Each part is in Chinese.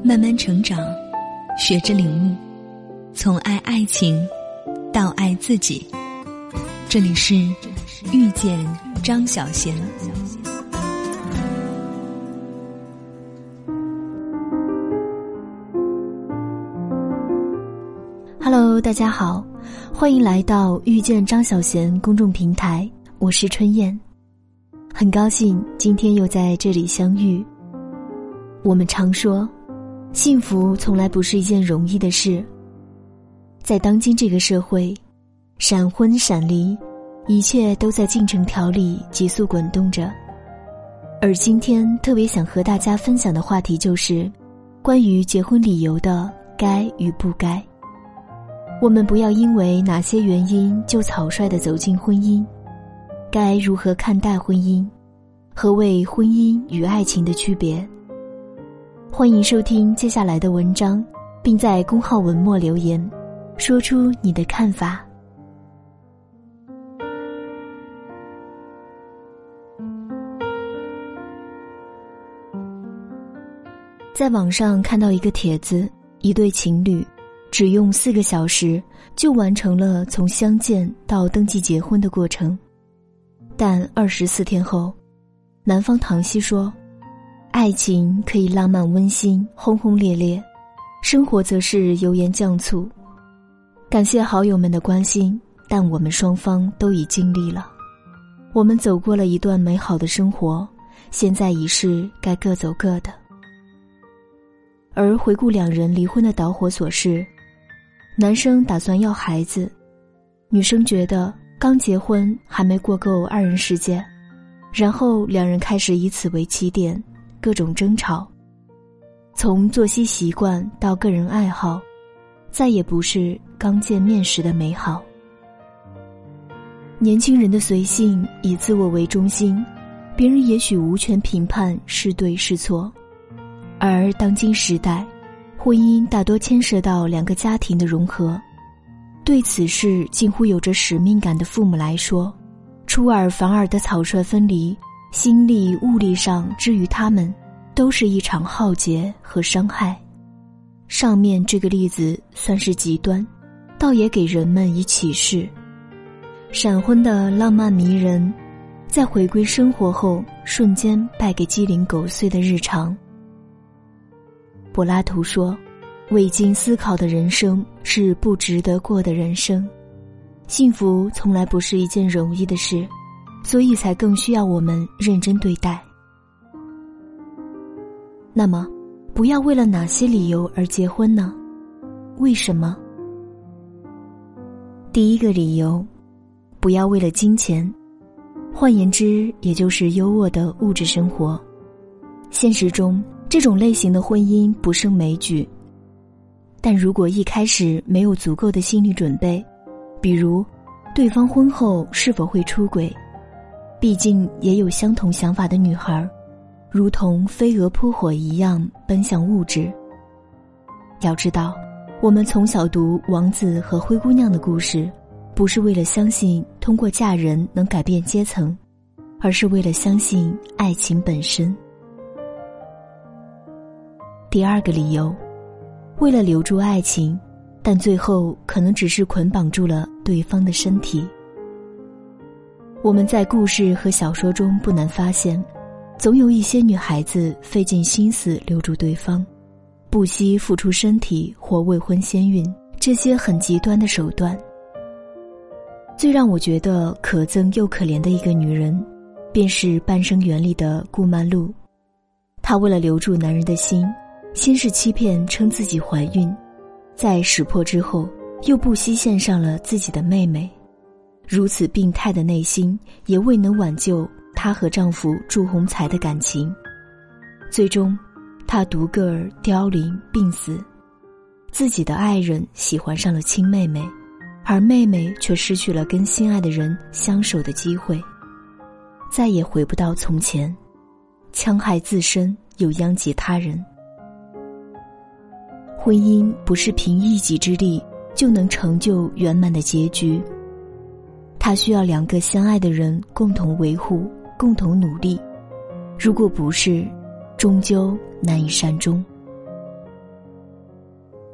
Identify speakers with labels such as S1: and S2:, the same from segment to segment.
S1: 慢慢成长，学着领悟，从爱爱情到爱自己。这里是遇见张小娴。
S2: Hello， 大家好，欢迎来到遇见张小娴公众平台，我是春燕，很高兴今天又在这里相遇。我们常说，幸福从来不是一件容易的事，在当今这个社会，闪婚闪离，一切都在进程条里急速滚动着。而今天特别想和大家分享的话题就是关于结婚理由的该与不该。我们不要因为哪些原因就草率地走进婚姻，该如何看待婚姻？何谓婚姻与爱情的区别？欢迎收听接下来的文章，并在公号文末留言，说出你的看法。在网上看到一个帖子，一对情侣只用4个小时就完成了从相见到登记结婚的过程，但24天后，男方唐熙说，爱情可以浪漫温馨轰轰烈烈，生活则是油盐酱醋。感谢好友们的关心，但我们双方都已经历了，我们走过了一段美好的生活，现在已是该各走各的。而回顾两人离婚的导火索是，男生打算要孩子，女生觉得刚结婚还没过够2人世界，然后两人开始以此为起点，各种争吵，从作息习惯到个人爱好，再也不是刚见面时的美好。年轻人的随性以自我为中心，别人也许无权评判是对是错。而当今时代，婚姻大多牵涉到2个家庭的融合，对此事近乎有着使命感的父母来说，出尔反尔的草率分离，心力物力上之于他们，都是一场浩劫和伤害。上面这个例子算是极端，倒也给人们以启示。闪婚的浪漫迷人，在回归生活后，瞬间败给鸡零狗碎的日常。柏拉图说，未经思考的人生是不值得过的人生。幸福从来不是一件容易的事，所以才更需要我们认真对待。那么，不要为了哪些理由而结婚呢？为什么？第一个理由，不要为了金钱，换言之，也就是优渥的物质生活。现实中，这种类型的婚姻不胜枚举，但如果一开始没有足够的心理准备，比如对方婚后是否会出轨，毕竟也有相同想法的女孩，如同飞蛾扑火一样奔向物质。要知道，我们从小读王子和灰姑娘的故事，不是为了相信通过嫁人能改变阶层，而是为了相信爱情本身。第二个理由，为了留住爱情，但最后可能只是捆绑住了对方的身体。我们在故事和小说中不难发现，总有一些女孩子费尽心思留住对方，不惜付出身体或未婚先孕，这些很极端的手段。最让我觉得可憎又可怜的一个女人，便是《半生缘》里的顾曼璐。她为了留住男人的心，先是欺骗称自己怀孕，在识破之后又不惜献上了自己的妹妹。如此病态的内心也未能挽救她和丈夫祝鸿才的感情，最终她独个儿凋零病死，自己的爱人喜欢上了亲妹妹，而妹妹却失去了跟心爱的人相守的机会，再也回不到从前，戕害自身又殃及他人。婚姻不是凭一己之力就能成就圆满的结局，它需要2个相爱的人共同维护，共同努力。如果不是，终究难以善终。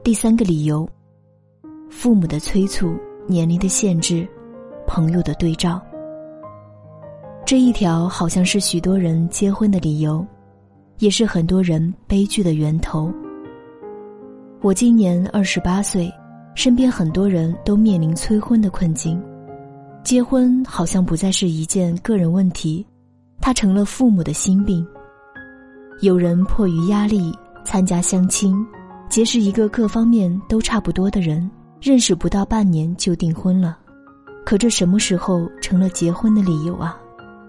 S2: 第3个理由，父母的催促、年龄的限制、朋友的对照。这一条好像是许多人结婚的理由，也是很多人悲剧的源头。我今年28岁，身边很多人都面临催婚的困境。结婚好像不再是一件个人问题，它成了父母的心病。有人迫于压力参加相亲，结识一个各方面都差不多的人，认识不到半年就订婚了。可这什么时候成了结婚的理由啊？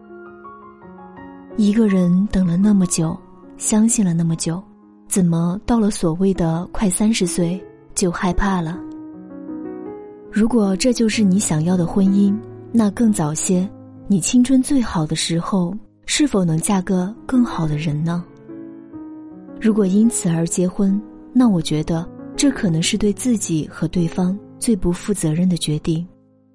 S2: 一个人等了那么久，相信了那么久，怎么到了所谓的快30岁就害怕了？如果这就是你想要的婚姻，那更早些，你青春最好的时候，是否能嫁个更好的人呢？如果因此而结婚，那我觉得这可能是对自己和对方最不负责任的决定。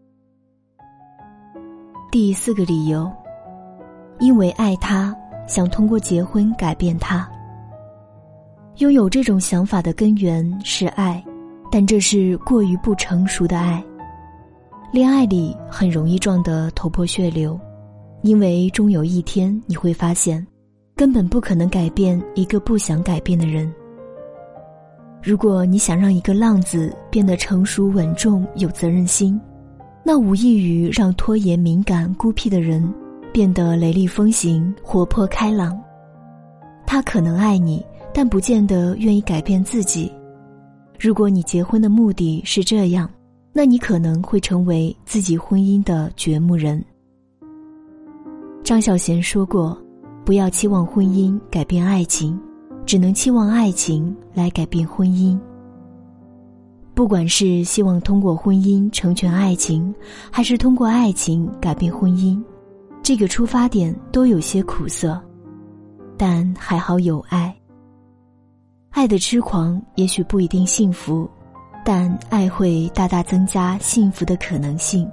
S2: 第4个理由，因为爱他，想通过结婚改变他。拥有这种想法的根源是爱，但这是过于不成熟的爱。恋爱里很容易撞得头破血流，因为终有一天你会发现，根本不可能改变一个不想改变的人。如果你想让一个浪子变得成熟稳重有责任心，那无异于让拖延敏感孤僻的人变得雷厉风行活泼开朗。他可能爱你，但不见得愿意改变自己。如果你结婚的目的是这样，那你可能会成为自己婚姻的掘墓人。张小娴说过，不要期望婚姻改变爱情，只能期望爱情来改变婚姻。不管是希望通过婚姻成全爱情，还是通过爱情改变婚姻，这个出发点都有些苦涩，但还好有爱。爱的痴狂也许不一定幸福，但爱会大大增加幸福的可能性。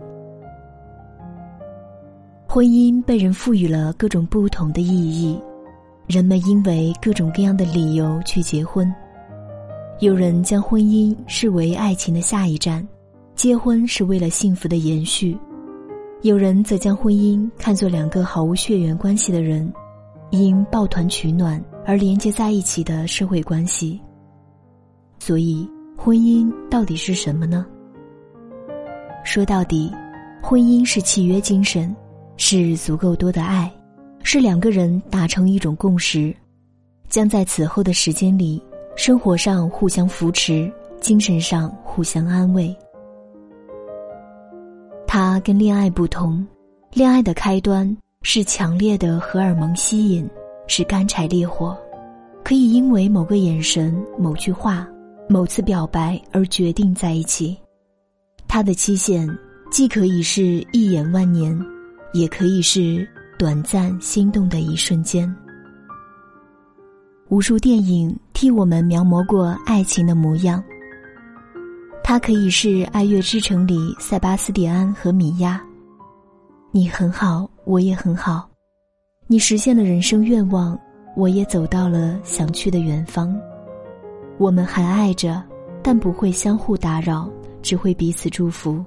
S2: 婚姻被人赋予了各种不同的意义，人们因为各种各样的理由去结婚。有人将婚姻视为爱情的下一站，结婚是为了幸福的延续。有人则将婚姻看作2个毫无血缘关系的人因抱团取暖而连接在一起的社会关系。所以婚姻到底是什么呢？说到底，婚姻是契约精神，是足够多的爱，是2个人达成一种共识，将在此后的时间里，生活上互相扶持，精神上互相安慰。它跟恋爱不同，恋爱的开端是强烈的荷尔蒙吸引，是干柴烈火，可以因为某个眼神、某句话、某次表白而决定在一起。它的期限既可以是一眼万年，也可以是短暂心动的一瞬间。无数电影替我们描摹过爱情的模样，它可以是《爱乐之城》里塞巴斯蒂安和米娅，你很好，我也很好，你实现了人生愿望，我也走到了想去的远方。我们还爱着，但不会相互打扰，只会彼此祝福。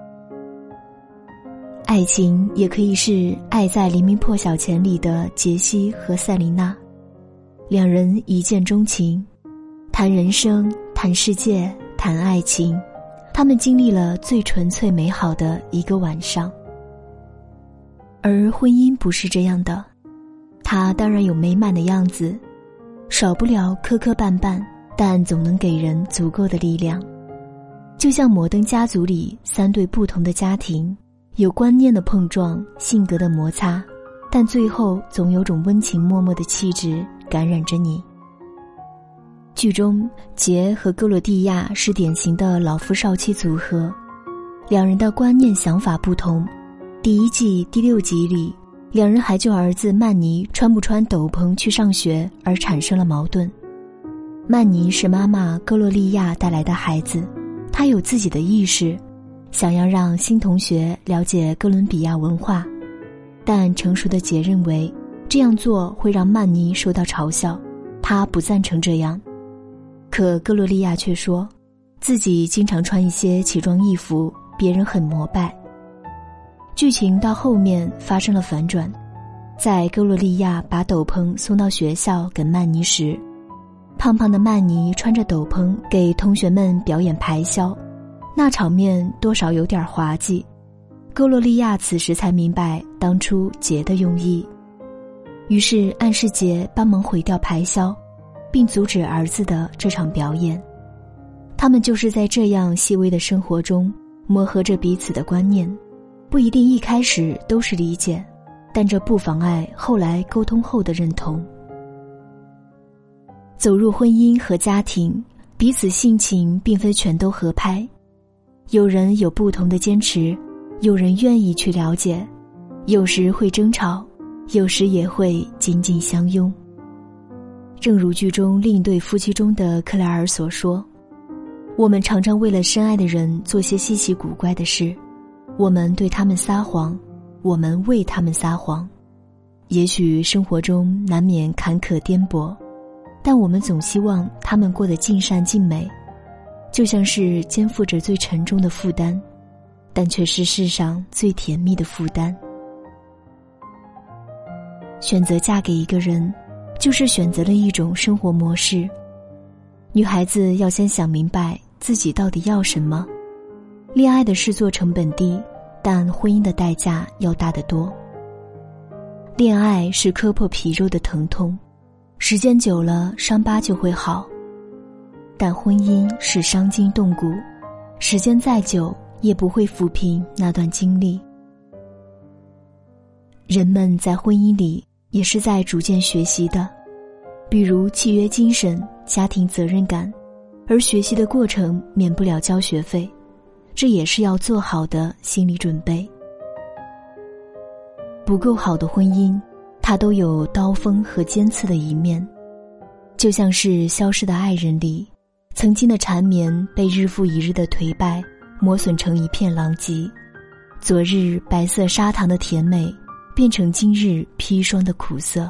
S2: 爱情也可以是《爱在黎明破晓前》里的杰西和塞琳娜，2人一见钟情，谈人生，谈世界，谈爱情，他们经历了最纯粹美好的一个晚上。而婚姻不是这样的，它当然有美满的样子，少不了磕磕绊绊，但总能给人足够的力量。就像摩登家族里3对不同的家庭，有观念的碰撞，性格的摩擦，但最后总有种温情脉脉的气质感染着你。剧中杰和哥罗蒂亚是典型的老夫少妻组合，2人的观念想法不同。第1季第6集里，2人还就儿子曼尼穿不穿斗篷去上学而产生了矛盾。曼尼是妈妈哥罗利亚带来的孩子，他有自己的意识，想要让新同学了解哥伦比亚文化，但成熟的杰认为这样做会让曼尼受到嘲笑，他不赞成这样。 可哥洛利亚却说自己经常穿一些奇装异服，别人很膜拜。剧情到后面发生了反转，在哥洛利亚把斗篷送到学校给曼妮时，胖胖的曼妮穿着斗篷给同学们表演排箫，那场面多少有点滑稽。哥洛利亚此时才明白当初杰的用意，于是暗示杰帮忙毁掉排箫，并阻止儿子的这场表演。他们就是在这样细微的生活中磨合着彼此的观念，不一定一开始都是理解，但这不妨碍后来沟通后的认同。走入婚姻和家庭，彼此性情并非全都合拍，有人有不同的坚持，有人愿意去了解，有时会争吵，有时也会紧紧相拥。正如剧中另一对夫妻中的克莱尔所说，我们常常为了深爱的人做些稀奇古怪的事，我们对他们撒谎，我们为他们撒谎。也许生活中难免坎坷颠簸，但我们总希望他们过得尽善尽美，就像是肩负着最沉重的负担，但却是世上最甜蜜的负担。选择嫁给一个人，就是选择了一种生活模式。女孩子要先想明白自己到底要什么。恋爱的试错成本低，但婚姻的代价要大得多。恋爱是磕破皮肉的疼痛，时间久了伤疤就会好，但婚姻是伤筋动骨，时间再久也不会抚平那段经历。人们在婚姻里也是在逐渐学习的，比如契约精神、家庭责任感，而学习的过程免不了交学费，这也是要做好的心理准备。不够好的婚姻，它都有刀锋和尖刺的一面，就像是《消失的爱人》里，曾经的缠绵被日复一日的颓败磨损成一片狼藉，昨日白色砂糖的甜美变成今日砒霜的苦涩。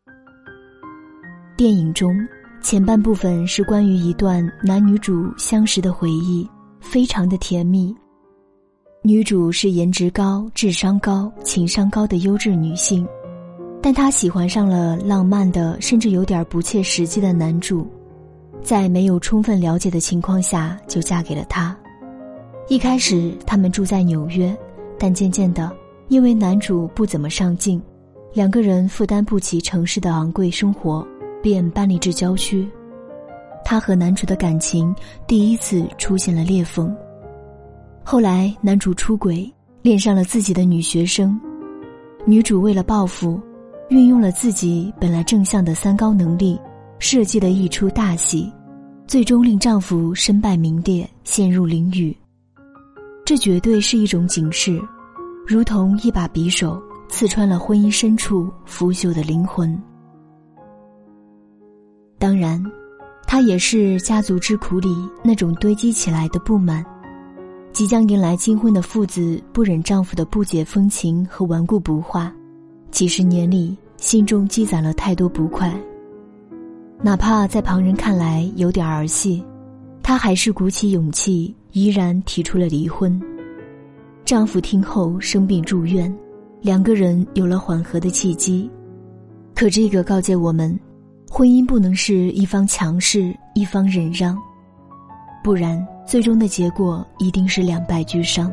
S2: 电影中前半部分是关于一段男女主相识的回忆，非常的甜蜜。女主是颜值高、智商高、情商高的优质女性，但她喜欢上了浪漫的甚至有点不切实际的男主，在没有充分了解的情况下就嫁给了他。一开始他们住在纽约，但渐渐的因为男主不怎么上进，两个人负担不起城市的昂贵生活，便搬离至郊区。她和男主的感情第一次出现了裂缝。后来男主出轨，恋上了自己的女学生，女主为了报复，运用了自己本来正向的三高能力，设计了一出大戏，最终令丈夫身败名裂，陷入囹圄。这绝对是一种警示，如同一把匕首刺穿了婚姻深处腐朽的灵魂。当然，它也是家族之苦里那种堆积起来的不满。即将迎来金婚的父子不忍丈夫的不解风情和顽固不化，几十年里心中积攒了太多不快。哪怕在旁人看来有点儿戏，她还是鼓起勇气，依然提出了离婚。丈夫听后生病住院，两个人有了缓和的契机。可这个告诫我们，婚姻不能是一方强势，一方忍让，不然最终的结果一定是两败俱伤。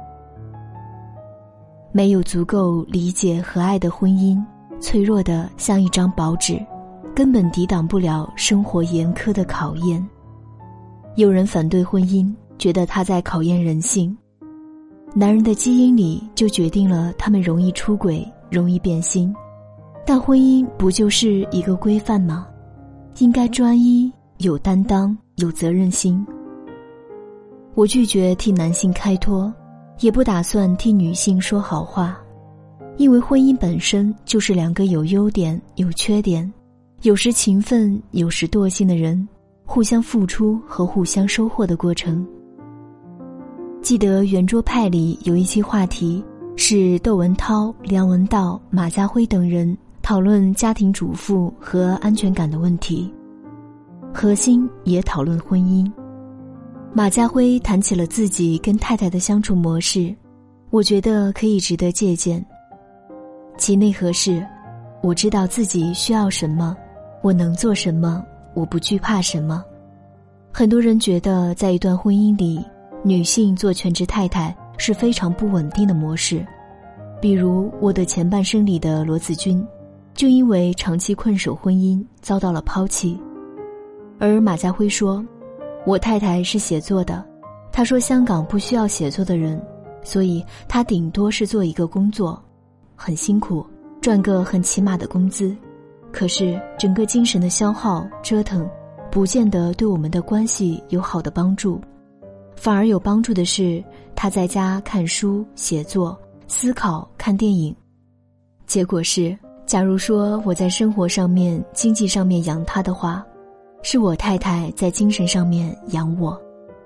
S2: 没有足够理解和爱的婚姻，脆弱的像一张薄纸，根本抵挡不了生活严苛的考验。有人反对婚姻，觉得它在考验人性。男人的基因里就决定了他们容易出轨，容易变心。但婚姻不就是一个规范吗？应该专一，有担当，有责任心。我拒绝替男性开脱，也不打算替女性说好话，因为婚姻本身就是两个有优点有缺点，有时勤奋有时惰性的人互相付出和互相收获的过程。记得圆桌派里有一期话题是窦文涛、梁文道、马家辉等人讨论家庭主妇和安全感的问题。 核心也讨论婚姻。马家辉谈起了自己跟太太的相处模式，我觉得可以值得借鉴。其内核是，我知道自己需要什么，我能做什么，我不惧怕什么。很多人觉得在一段婚姻里，女性做全职太太是非常不稳定的模式。比如我的前半生里的罗子君，就因为长期困守婚姻遭到了抛弃。而马家辉说，我太太是写作的，他说香港不需要写作的人，所以他顶多是做一个工作，很辛苦，赚个很起码的工资，可是整个精神的消耗折腾不见得对我们的关系有好的帮助，反而有帮助的是他在家看书写作思考看电影。结果是，假如说我在生活上面经济上面养他的话，是我太太在精神上面养我。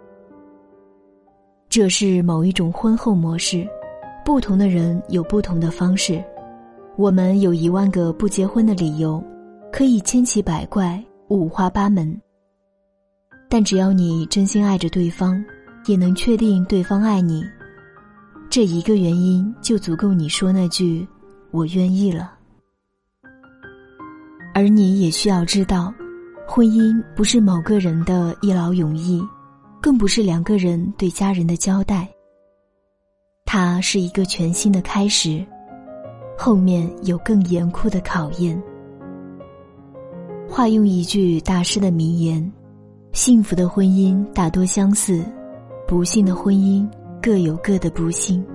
S2: 这是某一种婚后模式，不同的人有不同的方式。我们有10000个不结婚的理由，可以千奇百怪五花八门，但只要你真心爱着对方，也能确定对方爱你，这一个原因就足够你说那句我愿意了。而你也需要知道，婚姻不是某个人的一劳永逸，更不是2个人对家人的交代，它是一个全新的开始，后面有更严酷的考验。化用一句大师的名言，幸福的婚姻大多相似，不幸的婚姻各有各的不幸。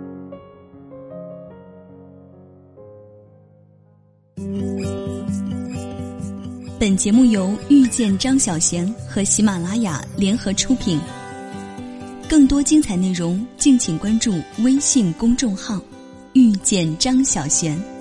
S1: 本节目由遇见张小娴和喜马拉雅联合出品，更多精彩内容敬请关注微信公众号遇见张小娴。